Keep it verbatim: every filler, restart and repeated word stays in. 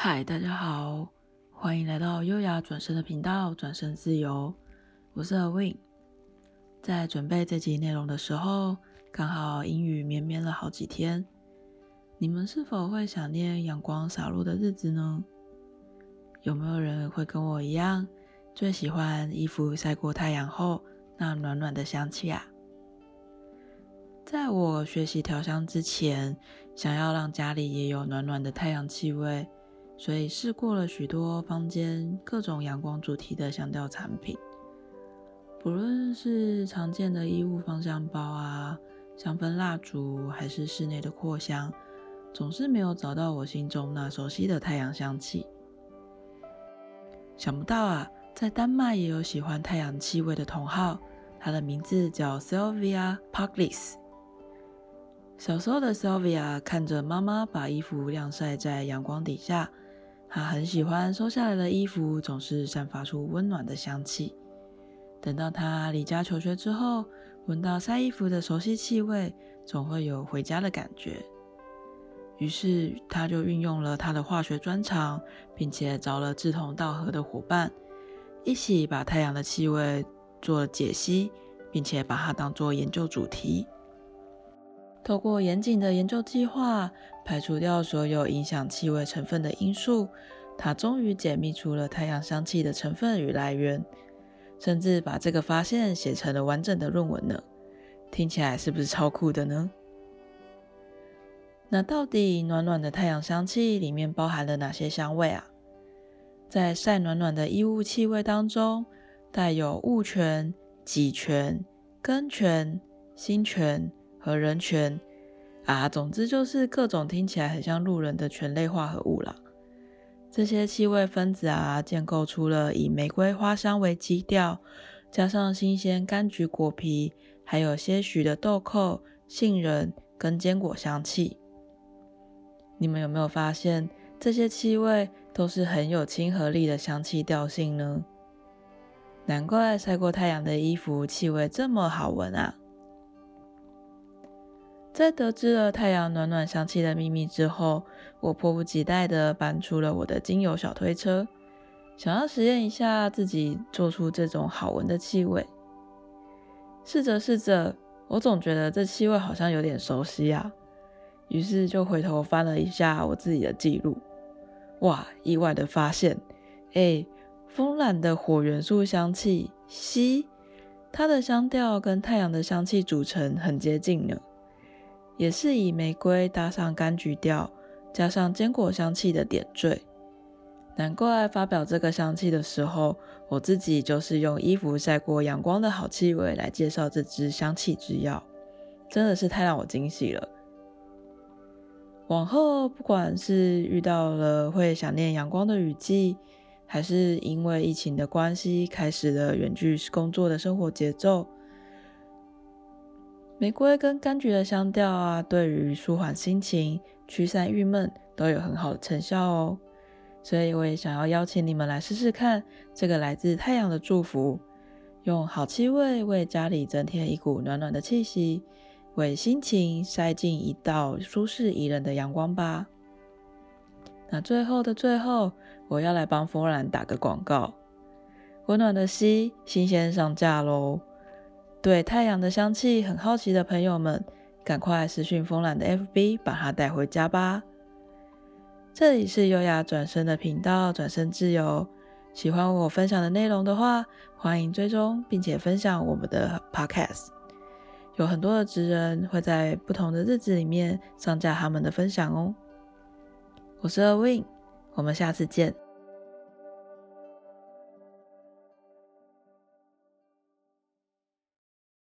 嗨，大家好，欢迎来到优雅转身的频道，转身自由。我是 Win。在准备这集内容的时候，刚好阴雨绵绵了好几天。你们是否会想念阳光洒落的日子呢？有没有人会跟我一样，最喜欢衣服晒过太阳后那暖暖的香气啊？在我学习调香之前，想要让家里也有暖暖的太阳气味，所以试过了许多坊间各种阳光主题的香调产品，不论是常见的衣物芳香包啊、香氛蜡烛，还是室内的扩香，总是没有找到我心中那熟悉的太阳香气。想不到啊，在丹麦也有喜欢太阳气味的同好，它的名字叫 Sylvia Paglis。小时候的 Sylvia 看着妈妈把衣服晾晒在阳光底下，她很喜欢收下来的衣服总是散发出温暖的香气。等到她离家求学之后，闻到晒衣服的熟悉气味，总会有回家的感觉。于是她就运用了她的化学专长，并且找了志同道合的伙伴，一起把太阳的气味做了解析，并且把它当作研究主题。透过严谨的研究计划，排除掉所有影响气味成分的因素，他终于解密出了太阳香气的成分与来源，甚至把这个发现写成了完整的论文呢。听起来是不是超酷的呢？那到底暖暖的太阳香气里面包含了哪些香味啊？在晒暖暖的衣物气味当中，带有物醛、己醛、根醛、辛醛和人醛啊，总之就是各种听起来很像路人的醛类化合物啦。这些气味分子啊，建构出了以玫瑰花香为基调，加上新鲜柑橘果皮，还有些许的豆蔻、杏仁跟坚果香气。你们有没有发现，这些气味都是很有亲和力的香气调性呢？难怪晒过太阳的衣服气味这么好闻啊！在得知了太阳暖暖香气的秘密之后，我迫不及待地搬出了我的精油小推车，想要实验一下自己做出这种好闻的气味。试着试着，我总觉得这气味好像有点熟悉啊，于是就回头翻了一下我自己的记录。哇，意外的发现，诶，蜂兰的火元素香气烯，它的香调跟太阳的香气组成很接近呢。也是以玫瑰搭上柑橘调，加上坚果香气的点缀。难怪发表这个香气的时候，我自己就是用衣服晒过阳光的好气味来介绍这支香气之药，真的是太让我惊喜了。往后不管是遇到了会想念阳光的雨季，还是因为疫情的关系开始了远距工作的生活节奏，玫瑰跟柑橘的香调啊，对于舒缓心情、驱散郁闷都有很好的成效哦。所以我也想要邀请你们来试试看这个来自太阳的祝福，用好气味为家里增添一股暖暖的气息，为心情塞进一道舒适宜人的阳光吧。那最后的最后，我要来帮蜂兰打个广告，温暖的烯新鲜上架咯。对太阳的香气很好奇的朋友们，赶快私讯蜂兰的 F B 把它带回家吧。这里是优雅转身的频道，转身自由。喜欢我分享的内容的话，欢迎追踪并且分享我们的 Podcast。有很多的职人会在不同的日子里面上架他们的分享哦。我是 Win，我们下次见。